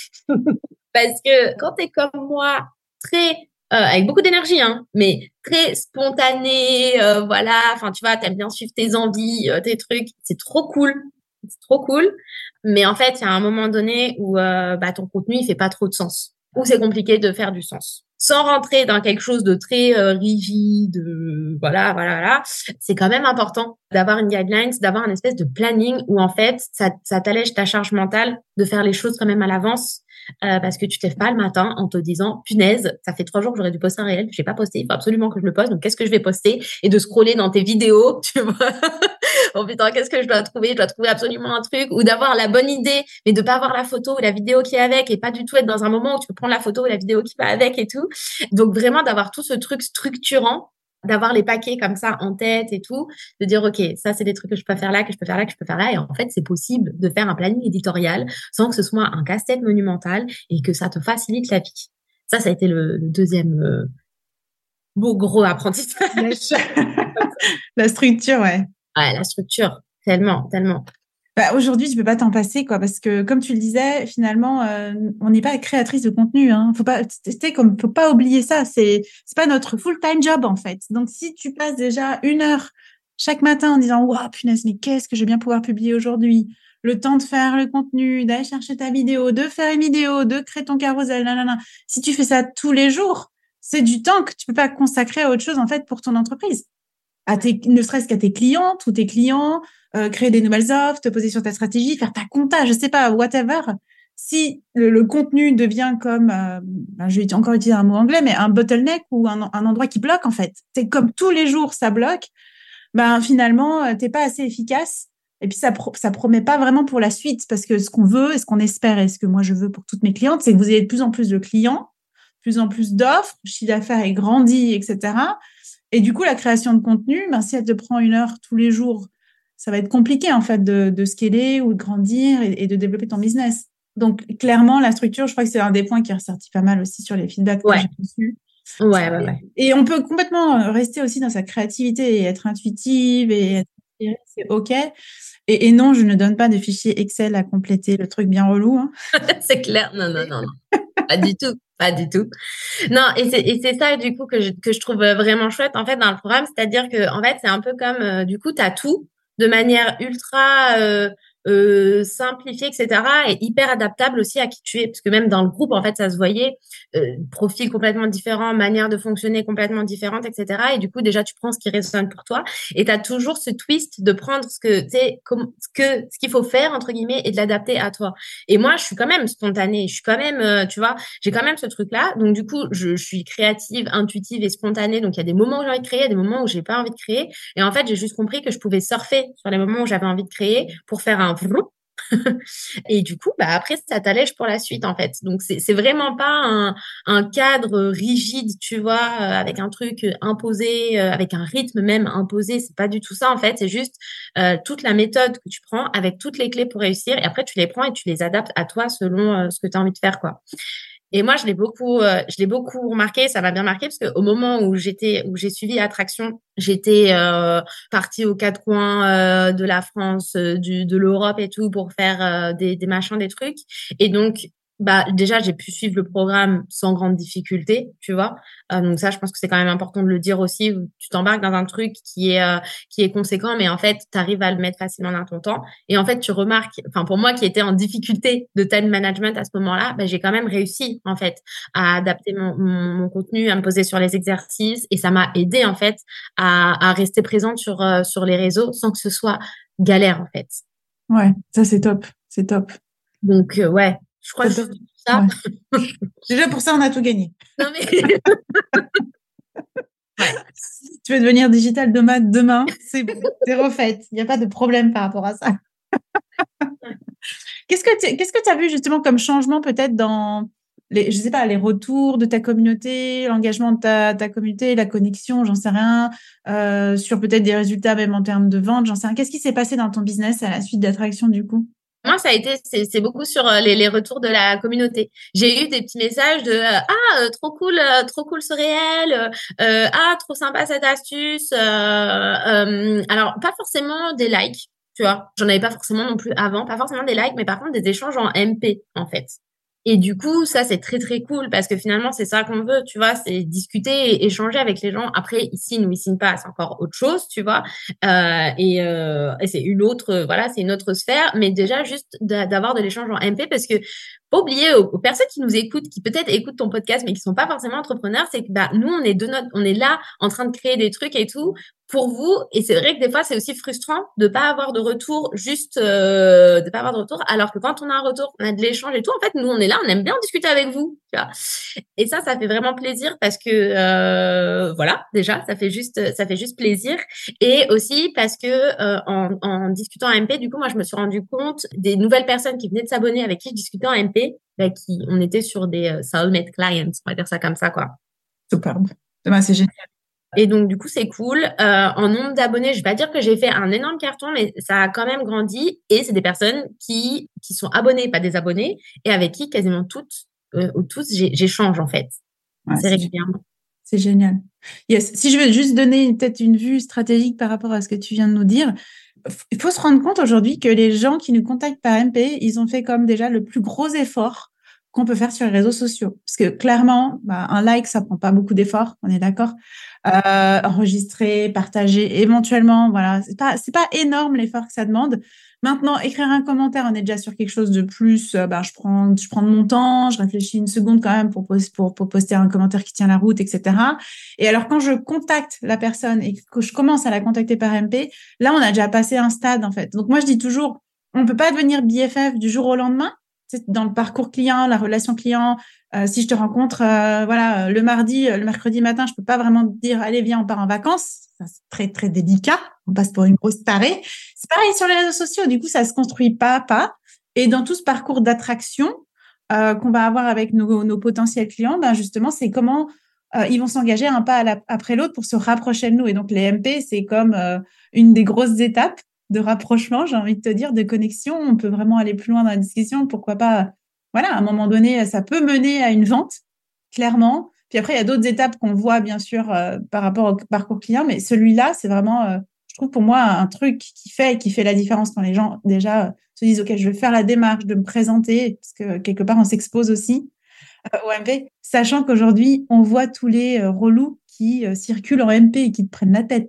S2: Parce que quand t'es comme moi, très euh, avec beaucoup d'énergie, hein, mais très spontané, euh, voilà, enfin tu vois, t'aimes bien suivre tes envies, euh, tes trucs, c'est trop cool, c'est trop cool. Mais en fait, il y a un moment donné où euh, bah, ton contenu il fait pas trop de sens, où c'est compliqué de faire du sens. Sans rentrer dans quelque chose de très euh, rigide, euh, voilà, voilà, voilà, c'est quand même important d'avoir une guideline, d'avoir un espèce de planning où en fait, ça, ça t'allège ta charge mentale de faire les choses quand même à l'avance. Euh, parce que tu te lèves pas le matin en te disant punaise, ça fait trois jours que j'aurais dû poster un réel, je l'ai pas posté, il faut absolument que je le poste, donc qu'est-ce que je vais poster et de scroller dans tes vidéos, tu vois. Oh putain, qu'est-ce que je dois trouver? Je dois trouver absolument un truc ou d'avoir la bonne idée, mais de pas avoir la photo ou la vidéo qui est avec et pas du tout être dans un moment où tu peux prendre la photo ou la vidéo qui va avec et tout. Donc vraiment d'avoir tout ce truc structurant, d'avoir les paquets comme ça en tête et tout, de dire, OK, ça, c'est des trucs que je peux faire là, que je peux faire là, que je peux faire là. Et en fait, c'est possible de faire un planning éditorial sans que ce soit un casse-tête monumental et que ça te facilite la vie. Ça, ça a été le, le deuxième euh, beau gros apprentissage.
S1: La structure, ouais.
S2: Ouais, la structure, tellement, tellement.
S1: Bah, aujourd'hui, tu peux pas t'en passer, quoi, parce que comme tu le disais, finalement, euh, on n'est pas créatrice de contenu, hein. Faut pas, tu sais, comme, faut pas oublier ça. C'est, c'est pas notre full-time job, en fait. Donc, si tu passes déjà une heure chaque matin en disant, waouh, punaise, mais qu'est-ce que je vais bien pouvoir publier aujourd'hui? Le temps de faire le contenu, d'aller chercher ta vidéo, de faire une vidéo, de créer ton carrousel, nanana. Si tu fais ça tous les jours, c'est du temps que tu peux pas consacrer à autre chose, en fait, pour ton entreprise. À tes, ne serait-ce qu'à tes clientes ou tes clients, euh, créer des nouvelles offres, te poser sur ta stratégie, faire ta compta, je sais pas, whatever. Si le, le contenu devient comme, euh, ben, je vais encore utiliser un mot anglais, mais un bottleneck ou un, un endroit qui bloque, en fait. C'est comme tous les jours, ça bloque. Ben, finalement, t'es pas assez efficace. Et puis, ça, pro- ça promet pas vraiment pour la suite parce que ce qu'on veut et ce qu'on espère et ce que moi je veux pour toutes mes clientes, c'est que vous ayez de plus en plus de clients, de plus en plus d'offres, le chiffre d'affaires est grandi, et cetera. Et du coup, la création de contenu, ben, si elle te prend une heure tous les jours, ça va être compliqué en fait de, de scaler ou de grandir et, et de développer ton business. Donc, clairement, la structure, je crois que c'est un des points qui est ressorti pas mal aussi sur les feedbacks
S2: Ouais.
S1: que j'ai reçus.
S2: Ouais, ouais, ouais.
S1: Et on peut complètement rester aussi dans sa créativité et être intuitive et être inspirée, c'est OK. Et, et non, je ne donne pas de fichier Excel à compléter, le truc bien relou, hein.
S2: C'est clair. Non, non, non, non. Pas du tout. Pas du tout. Non, et c'est, et c'est ça, du coup, que je, que je trouve vraiment chouette, en fait, dans le programme. C'est-à-dire que, en fait, c'est un peu comme, euh, du coup, t'as tout de manière ultra, euh, euh, simplifié, et cetera, et hyper adaptable aussi à qui tu es, parce que même dans le groupe, en fait, ça se voyait, euh, profil complètement différent, manière de fonctionner complètement différente, et cetera. Et du coup, déjà, tu prends ce qui résonne pour toi, et tu as toujours ce twist de prendre ce que, tu sais, comme, ce que, ce qu'il faut faire, entre guillemets, et de l'adapter à toi. Et moi, je suis quand même spontanée, je suis quand même, euh, tu vois, j'ai quand même ce truc-là. Donc, du coup, je, je suis créative, intuitive et spontanée. Donc, il y a des moments où j'ai envie de créer, il y a des moments où j'ai pas envie de créer. Et en fait, j'ai juste compris que je pouvais surfer sur les moments où j'avais envie de créer pour faire un vroom. Et du coup, bah après, ça t'allège pour la suite, en fait. Donc, c'est, c'est vraiment pas un, un cadre rigide, tu vois, euh, avec un truc imposé, euh, avec un rythme même imposé. C'est pas du tout ça, en fait. C'est juste euh, toute la méthode que tu prends avec toutes les clés pour réussir. Et après, tu les prends et tu les adaptes à toi selon euh, ce que tu as envie de faire, quoi. Et moi, je l'ai beaucoup, euh, je l'ai beaucoup remarqué, ça m'a bien marqué parce qu'au moment où j'étais, où j'ai suivi Attraction, j'étais euh, partie aux quatre coins euh, de la France, euh, du, de l'Europe et tout pour faire euh, des, des machins, des trucs. Et donc, bah déjà, j'ai pu suivre le programme sans grande difficulté, tu vois. Euh, donc ça, je pense que c'est quand même important de le dire aussi. Tu t'embarques dans un truc qui est euh, qui est conséquent, mais en fait, tu arrives à le mettre facilement dans ton temps. Et en fait, tu remarques, enfin pour moi qui étais en difficulté de time management à ce moment-là, bah, j'ai quand même réussi en fait à adapter mon, mon, mon contenu, à me poser sur les exercices, et ça m'a aidé en fait à, à rester présente sur euh, sur les réseaux sans que ce soit galère en fait.
S1: Ouais, ça c'est top, c'est top.
S2: Donc euh, ouais, je crois
S1: C'est
S2: que
S1: top.
S2: c'est ça.
S1: Ouais. Déjà pour ça, on a tout gagné.
S2: Non mais ouais.
S1: Si tu veux devenir digital nomade demain, c'est bon, c'est refaite. Il n'y a pas de problème par rapport à ça. Qu'est-ce que tu qu'est-ce que tu as vu justement comme changement peut-être dans les, je sais pas, les retours de ta communauté, l'engagement de ta, ta communauté, la connexion, j'en sais rien, euh, sur peut-être des résultats même en termes de vente, j'en sais rien. Qu'est-ce qui s'est passé dans ton business à la suite d'Attraction du coup?
S2: Moi, ça a été, c'est, c'est beaucoup sur euh, les, les retours de la communauté. J'ai eu des petits messages de euh, ah euh, trop cool, euh, trop cool ce réel, euh, euh, ah trop sympa cette astuce. Euh, euh, alors pas forcément des likes, tu vois. J'en avais pas forcément non plus avant, pas forcément des likes, mais par contre des échanges en M P en fait. Et du coup, ça, c'est très, très cool parce que finalement, c'est ça qu'on veut, tu vois, c'est discuter et échanger avec les gens. Après, ils signent ou ils signent pas, c'est encore autre chose, tu vois. Euh, et, euh, et c'est une autre, voilà, c'est une autre sphère. Mais déjà, juste d'a- d'avoir de l'échange en M P parce que faut oublier aux, aux personnes qui nous écoutent, qui peut-être écoutent ton podcast, mais qui sont pas forcément entrepreneurs, c'est que bah, nous, on est de notre, on est là en train de créer des trucs et tout pour vous. Et c'est vrai que des fois, c'est aussi frustrant de pas avoir de retour, juste euh, de pas avoir de retour, alors que quand on a un retour, on a de l'échange et tout. En fait, nous, on est là, on aime bien discuter avec vous, tu vois. Et ça, ça fait vraiment plaisir parce que euh, voilà, déjà, ça fait juste, ça fait juste plaisir. Et aussi parce que euh, en, en discutant en M P, du coup, moi, je me suis rendu compte des nouvelles personnes qui venaient de s'abonner avec qui je discutais en M P, bah, qui on était sur des euh, soulmate clients, on va dire ça comme ça, quoi.
S1: Superbe. Demain, c'est génial.
S2: Et donc, du coup, c'est cool. Euh, en nombre d'abonnés, je vais pas dire que j'ai fait un énorme carton, mais ça a quand même grandi. Et c'est des personnes qui, qui sont abonnées, pas des abonnés, et avec qui quasiment toutes euh, ou tous j'ai- j'échange, en fait.
S1: Ouais,
S2: C'est
S1: c'est génial.
S2: régulièrement.
S1: C'est génial. Yes. Si je veux juste donner peut-être une vue stratégique par rapport à ce que tu viens de nous dire, f- il faut se rendre compte aujourd'hui que les gens qui nous contactent par M P, ils ont fait comme déjà le plus gros effort qu'on peut faire sur les réseaux sociaux. Parce que clairement, bah, un like, ça prend pas beaucoup d'efforts, on est d'accord. Euh, enregistrer, partager, éventuellement, voilà, c'est pas, c'est pas énorme l'effort que ça demande. Maintenant, écrire un commentaire, on est déjà sur quelque chose de plus. Euh, ben, je prends, je prends de mon temps, je réfléchis une seconde quand même pour, pos- pour, pour poster un commentaire qui tient la route, et cetera. Et alors, quand je contacte la personne et que je commence à la contacter par M P, là, on a déjà passé un stade, en fait. Donc, moi, je dis toujours, on ne peut pas devenir B F F du jour au lendemain. C'est dans le parcours client, la relation client. Euh, si je te rencontre, euh, voilà, le mardi, le mercredi matin, je peux pas vraiment te dire, allez, viens, on part en vacances. Ça, c'est très, très délicat. On passe pour une grosse tarée. C'est pareil sur les réseaux sociaux. Du coup, ça se construit pas à pas. Et dans tout ce parcours d'attraction euh, qu'on va avoir avec nos, nos potentiels clients, ben justement, c'est comment euh, ils vont s'engager un pas à la, après l'autre pour se rapprocher de nous. Et donc, les M P, c'est comme euh, une des grosses étapes de rapprochement, j'ai envie de te dire, de connexion. On peut vraiment aller plus loin dans la discussion. Pourquoi pas, voilà, à un moment donné, ça peut mener à une vente, clairement. Puis après, il y a d'autres étapes qu'on voit, bien sûr, euh, par rapport au parcours client. Mais celui-là, c'est vraiment, euh, je trouve pour moi, un truc qui fait, qui fait la différence quand les gens, déjà, euh, se disent, OK, je vais faire la démarche de me présenter, parce que quelque part, on s'expose aussi euh, au M P, sachant qu'aujourd'hui, on voit tous les euh, relous qui euh, circulent en M P et qui te prennent la tête. Hein.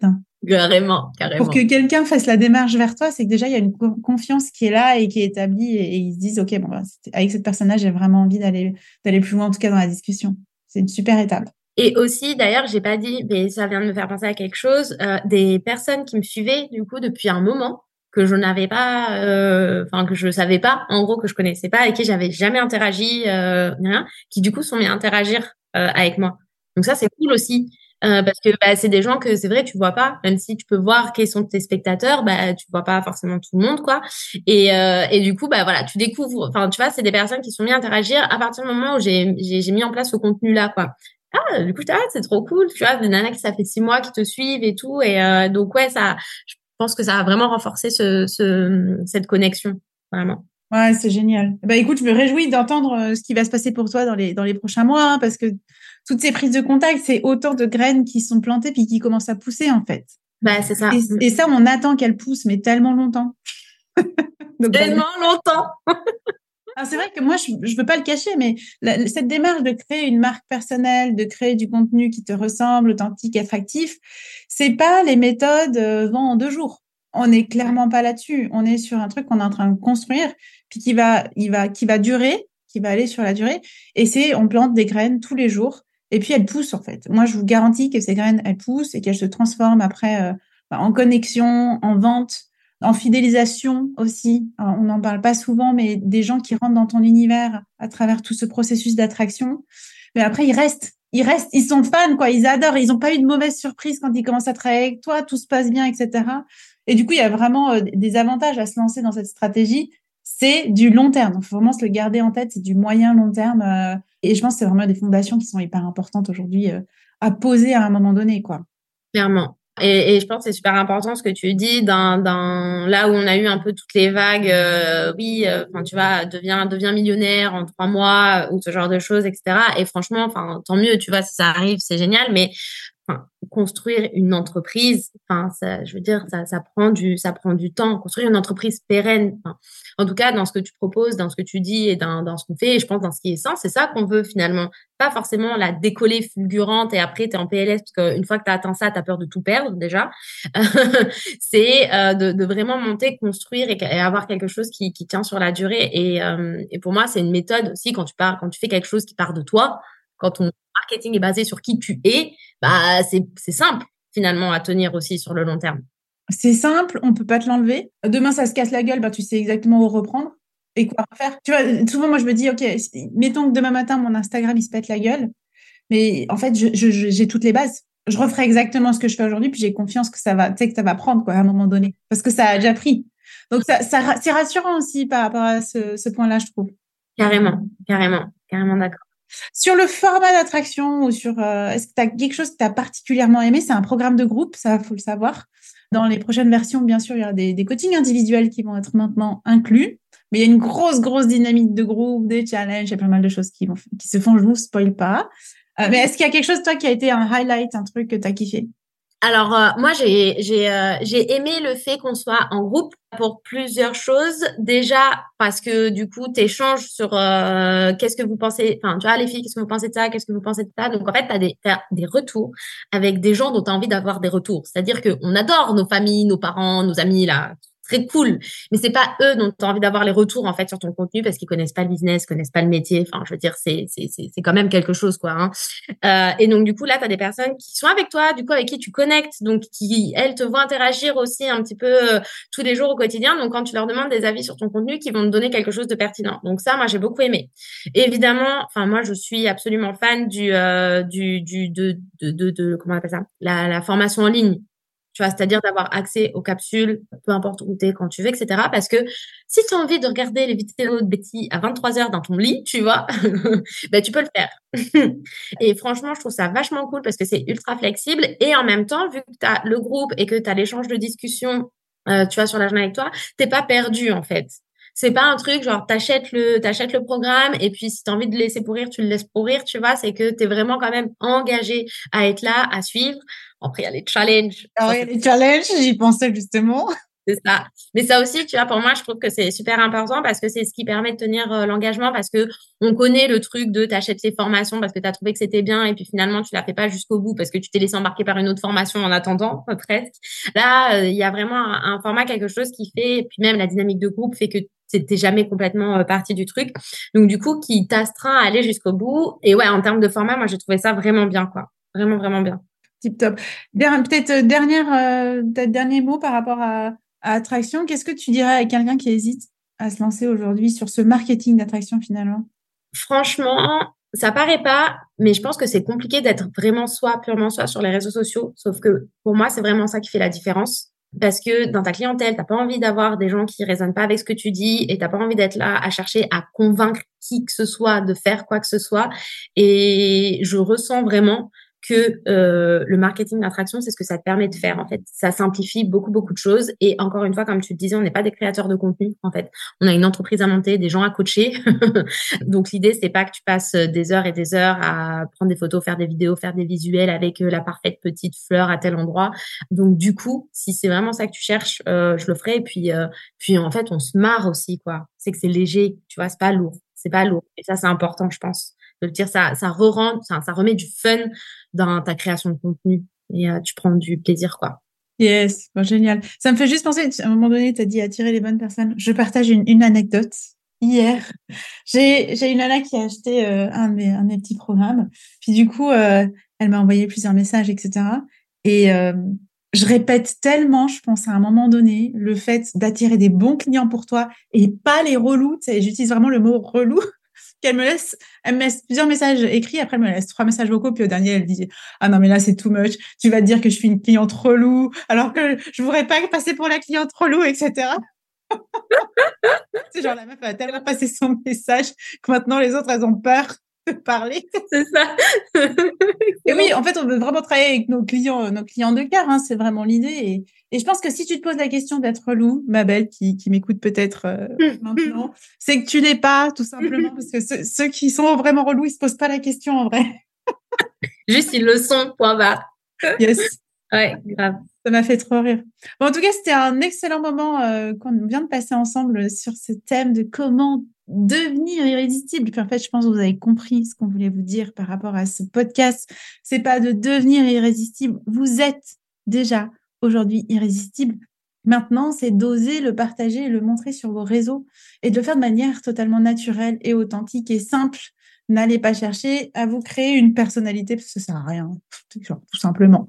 S2: Carrément, carrément.
S1: Pour que quelqu'un fasse la démarche vers toi, c'est que déjà, il y a une confiance qui est là et qui est établie et, et ils se disent, OK, bon, bah, avec cette personne-là, j'ai vraiment envie d'aller, d'aller plus loin, en tout cas dans la discussion. C'est une super étape.
S2: Et aussi, d'ailleurs, j'ai pas dit, mais ça vient de me faire penser à quelque chose, euh, des personnes qui me suivaient, du coup, depuis un moment, que je n'avais pas, enfin, euh, que je savais pas, en gros, que je connaissais pas, avec qui j'avais jamais interagi, euh, rien, qui, du coup, sont mis à interagir, euh, avec moi. Donc ça, c'est cool aussi. Euh, parce que bah, c'est des gens que c'est vrai tu vois pas, même si tu peux voir quels sont tes spectateurs, bah tu vois pas forcément tout le monde quoi. Et euh, et du coup bah voilà tu découvres, enfin tu vois c'est des personnes qui sont mis à interagir à partir du moment où j'ai j'ai, j'ai mis en place ce contenu là quoi. Ah du coup ah, c'est trop cool, tu vois des nanas qui ça fait six mois qui te suivent et tout et euh, donc ouais ça, je pense que ça a vraiment renforcé ce, ce cette connexion vraiment.
S1: Ouais, c'est génial. Bah écoute, je me réjouis d'entendre ce qui va se passer pour toi dans les dans les prochains mois hein, parce que toutes ces prises de contact, c'est autant de graines qui sont plantées puis qui commencent à pousser en fait.
S2: Bah c'est ça.
S1: Et, et ça, on attend qu'elles poussent, mais tellement longtemps.
S2: Donc, tellement bah, longtemps.
S1: Alors, c'est vrai que moi, je ne veux pas le cacher, mais la, cette démarche de créer une marque personnelle, de créer du contenu qui te ressemble, authentique, attractif, c'est pas les méthodes euh, vend en deux jours. On n'est clairement pas là-dessus. On est sur un truc qu'on est en train de construire, puis qui va, il va, qui va durer, qui va aller sur la durée. Et c'est, on plante des graines tous les jours, et puis elles poussent en fait. Moi, je vous garantis que ces graines, elles poussent et qu'elles se transforment après euh, en connexion, en vente, en fidélisation aussi. Alors, on n'en parle pas souvent, mais des gens qui rentrent dans ton univers à travers tout ce processus d'attraction. Mais après, ils restent. Ils restent, ils sont fans, quoi. Ils adorent. Ils n'ont pas eu de mauvaise surprise quand ils commencent à travailler avec toi. Tout se passe bien, et cetera. Et du coup, il y a vraiment euh, des avantages à se lancer dans cette stratégie. C'est du long terme. Donc, il faut vraiment se le garder en tête. C'est du moyen long terme. Euh, et je pense que c'est vraiment des fondations qui sont hyper importantes aujourd'hui euh, à poser à un moment donné, quoi.
S2: Clairement. Et, et je pense que c'est super important ce que tu dis dans, dans là où on a eu un peu toutes les vagues, euh, oui, enfin euh, tu vois, deviens deviens millionnaire en trois mois ou ce genre de choses, et cetera. Et franchement, enfin tant mieux, tu vois, si ça arrive, c'est génial. Mais enfin, construire une entreprise, enfin, ça, je veux dire, ça, ça prend du, ça prend du temps. Construire une entreprise pérenne, enfin, en tout cas, dans ce que tu proposes, dans ce que tu dis et dans, dans ce qu'on fait, et je pense dans ce qui est sain, c'est ça qu'on veut finalement. Pas forcément la décoller fulgurante et après t'es en P L S parce qu'une fois que t'as atteint ça, t'as peur de tout perdre déjà. c'est euh, de, de vraiment monter, construire et, et avoir quelque chose qui, qui tient sur la durée. Et, euh, et pour moi, c'est une méthode aussi quand tu pars, quand tu fais quelque chose qui part de toi, quand ton marketing est basé sur qui tu es, bah c'est c'est simple finalement à tenir aussi sur le long terme.
S1: C'est simple, on peut pas te l'enlever. Demain ça se casse la gueule, bah tu sais exactement où reprendre et quoi faire. Tu vois, souvent moi je me dis ok, mettons que demain matin mon Instagram il se pète la gueule, mais en fait je, je, j'ai toutes les bases. Je referai exactement ce que je fais aujourd'hui, puis j'ai confiance que ça va, tu sais que ça va prendre quoi à un moment donné, parce que ça a déjà pris. Donc ça, ça c'est rassurant aussi par rapport à ce, ce point-là, je trouve.
S2: Carrément, carrément, carrément d'accord.
S1: Sur le format d'attraction ou sur, euh, est-ce que tu as quelque chose que tu as particulièrement aimé? C'est un programme de groupe, ça, faut le savoir. Dans les prochaines versions, bien sûr, il y aura des, des coachings individuels qui vont être maintenant inclus. Mais il y a une grosse, grosse dynamique de groupe, des challenges, il y a pas mal de choses qui, vont, qui se font, je vous spoil pas. Euh, mais est-ce qu'il y a quelque chose, toi, qui a été un highlight, un truc que tu as kiffé?
S2: Alors, euh, moi, j'ai j'ai euh, j'ai aimé le fait qu'on soit en groupe pour plusieurs choses. Déjà, parce que du coup, tu échanges sur euh, qu'est-ce que vous pensez, enfin, tu vois, les filles, qu'est-ce que vous pensez de ça, qu'est-ce que vous pensez de ça. Donc, en fait, tu as des, t'as des retours avec des gens dont tu as envie d'avoir des retours. C'est-à-dire qu'on adore nos familles, nos parents, nos amis, là, très cool. Mais c'est pas eux dont tu as envie d'avoir les retours, en fait, sur ton contenu parce qu'ils connaissent pas le business, connaissent pas le métier. Enfin, je veux dire, c'est c'est c'est c'est quand même quelque chose, quoi. Hein. Euh, et donc, du coup, là, tu as des personnes qui sont avec toi, du coup, avec qui tu connectes, donc qui, elles, te voient interagir aussi un petit peu euh, tous les jours au quotidien. Donc, quand tu leur demandes des avis sur ton contenu, qui vont te donner quelque chose de pertinent. Donc, ça, moi, j'ai beaucoup aimé. Et évidemment, enfin, moi, je suis absolument fan du, euh, du, du, de, de, de, de, comment on appelle ça, la, la formation en ligne. Tu vois, c'est-à-dire d'avoir accès aux capsules, peu importe où t'es, quand tu veux, et cetera. Parce que si tu as envie de regarder les vidéos de Betty à vingt-trois heures dans ton lit, tu vois, ben, tu peux le faire. Et franchement, je trouve ça vachement cool parce que c'est ultra flexible. Et en même temps, vu que tu as le groupe et que tu as l'échange de discussion, euh, tu vois, sur la journée avec toi, t'es pas perdu, en fait. C'est pas un truc genre t'achètes le t'achètes le programme et puis si t'as envie de le laisser pourrir, tu le laisses pourrir, tu vois, c'est que t'es vraiment quand même engagé à être là, à suivre. Après, il y a les challenges.
S1: Alors, il y a les challenges, j'y pensais justement.
S2: C'est ça. Mais ça aussi, tu vois, pour moi, je trouve que c'est super important parce que c'est ce qui permet de tenir euh, l'engagement parce que on connaît le truc de t'achètes ces formations parce que tu as trouvé que c'était bien et puis finalement, tu la fais pas jusqu'au bout parce que tu t'es laissé embarquer par une autre formation en attendant, presque. Là, il euh, y a vraiment un, un format, quelque chose qui fait, et puis même la dynamique de groupe fait que t'es jamais complètement euh, partie du truc. Donc, du coup, qui t'astreint à aller jusqu'au bout. Et ouais, en termes de format, moi, j'ai trouvé ça vraiment bien, quoi. Vraiment, vraiment bien.
S1: Tip top. Peut-être euh, dernière, euh, peut-être dernier mot par rapport à, à Attraction. Qu'est-ce que tu dirais à quelqu'un qui hésite à se lancer aujourd'hui sur ce marketing d'attraction finalement?
S2: Franchement, ça paraît pas, mais je pense que c'est compliqué d'être vraiment soi, purement soi sur les réseaux sociaux. Sauf que pour moi, c'est vraiment ça qui fait la différence. Parce que dans ta clientèle, t'as pas envie d'avoir des gens qui résonnent pas avec ce que tu dis et t'as pas envie d'être là à chercher à convaincre qui que ce soit de faire quoi que ce soit. Et je ressens vraiment que euh, le marketing d'attraction, c'est ce que ça te permet de faire. En fait, ça simplifie beaucoup, beaucoup de choses. Et encore une fois, comme tu te disais, on n'est pas des créateurs de contenu. En fait, on a une entreprise à monter, des gens à coacher. Donc, l'idée, c'est pas que tu passes des heures et des heures à prendre des photos, faire des vidéos, faire des visuels avec la parfaite petite fleur à tel endroit. Donc, du coup, si c'est vraiment ça que tu cherches, euh, je le ferai. Et puis, euh, puis, en fait, on se marre aussi, quoi. C'est que c'est léger, tu vois, c'est pas lourd. C'est pas lourd. Et ça, c'est important, je pense. De dire ça, ça re-rend, ça, ça remet du fun dans ta création de contenu et euh, tu prends du plaisir, quoi.
S1: Yes, bon, génial. Ça me fait juste penser, à un moment donné, tu as dit attirer les bonnes personnes. Je partage une, une anecdote. Hier, j'ai, j'ai une nana qui a acheté euh, un, de mes, un de mes petits programmes. Puis du coup, euh, elle m'a envoyé plusieurs messages, et cetera. Et euh, je répète tellement, je pense, à un moment donné, le fait d'attirer des bons clients pour toi et pas les relous. Tu sais, j'utilise vraiment le mot relou. Qu'elle me laisse, elle me laisse plusieurs messages écrits, après elle me laisse trois messages vocaux, puis au dernier elle dit ah non mais là c'est too much, tu vas te dire que je suis une cliente relou, alors que je voudrais pas passer pour la cliente relou, et cetera. C'est genre la meuf a tellement passé son message que maintenant les autres elles ont peur de parler.
S2: C'est ça.
S1: Et oui, en fait on veut vraiment travailler avec nos clients, nos clients de cœur, hein, c'est vraiment l'idée. Et, et je pense que si tu te poses la question d'être relou, ma belle qui, qui m'écoute peut-être euh, maintenant, c'est que tu l'es pas, tout simplement, parce que ceux, ceux qui sont vraiment relous, ils se posent pas la question en vrai.
S2: Juste ils le sont, point barre.
S1: Yes.
S2: Ouais, grave.
S1: Ça m'a fait trop rire. Bon, en tout cas, c'était un excellent moment euh, qu'on vient de passer ensemble sur ce thème de comment devenir irrésistible. Puis en fait, je pense que vous avez compris ce qu'on voulait vous dire par rapport à ce podcast. C'est pas de devenir irrésistible. Vous êtes déjà aujourd'hui irrésistible. Maintenant, c'est d'oser le partager et le montrer sur vos réseaux et de le faire de manière totalement naturelle et authentique et simple. N'allez pas chercher à vous créer une personnalité parce que ça sert à rien, tout simplement.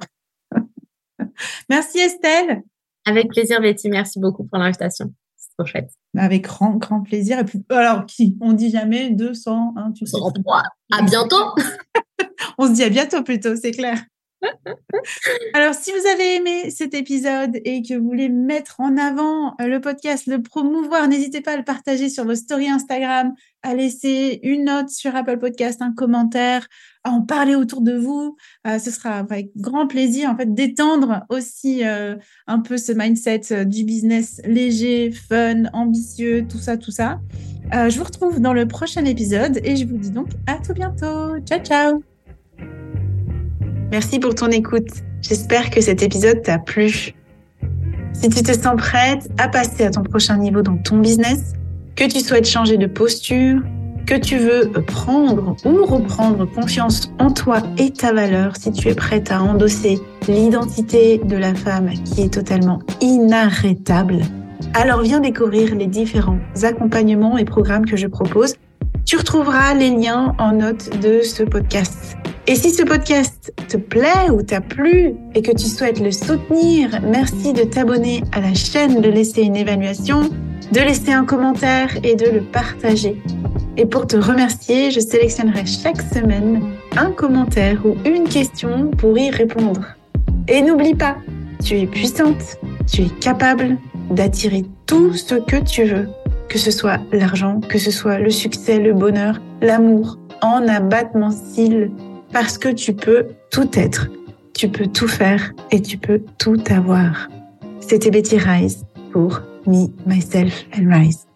S1: Merci Estelle.
S2: Avec plaisir Betty, merci beaucoup pour l'invitation. C'est trop chouette.
S1: Avec grand, grand plaisir. Et puis, alors qui? On dit jamais deux cents, hein, tu sais.
S2: cent trois. À bientôt.
S1: On se dit à bientôt plutôt, c'est clair. Alors, si vous avez aimé cet épisode et que vous voulez mettre en avant le podcast, le promouvoir, n'hésitez pas à le partager sur vos stories Instagram, à laisser une note sur Apple Podcast, un commentaire, à en parler autour de vous. Euh, ce sera avec grand plaisir, en fait, d'étendre aussi euh, un peu ce mindset euh, du business léger, fun, ambitieux, tout ça, tout ça. Euh, je vous retrouve dans le prochain épisode et je vous dis donc à tout bientôt. Ciao, ciao. Merci pour ton écoute. J'espère que cet épisode t'a plu. Si tu te sens prête à passer à ton prochain niveau dans ton business, que tu souhaites changer de posture, que tu veux prendre ou reprendre confiance en toi et ta valeur, si tu es prête à endosser l'identité de la femme qui est totalement inarrêtable, alors viens découvrir les différents accompagnements et programmes que je propose. Tu retrouveras les liens en note de ce podcast. Et si ce podcast te plaît ou t'a plu et que tu souhaites le soutenir, merci de t'abonner à la chaîne, de laisser une évaluation, de laisser un commentaire et de le partager. Et pour te remercier, je sélectionnerai chaque semaine un commentaire ou une question pour y répondre. Et n'oublie pas, tu es puissante, tu es capable d'attirer tout ce que tu veux, que ce soit l'argent, que ce soit le succès, le bonheur, l'amour, en abattement cils. Parce que tu peux tout être, tu peux tout faire et tu peux tout avoir. C'était Betty Rise pour Me, Myself and Rise.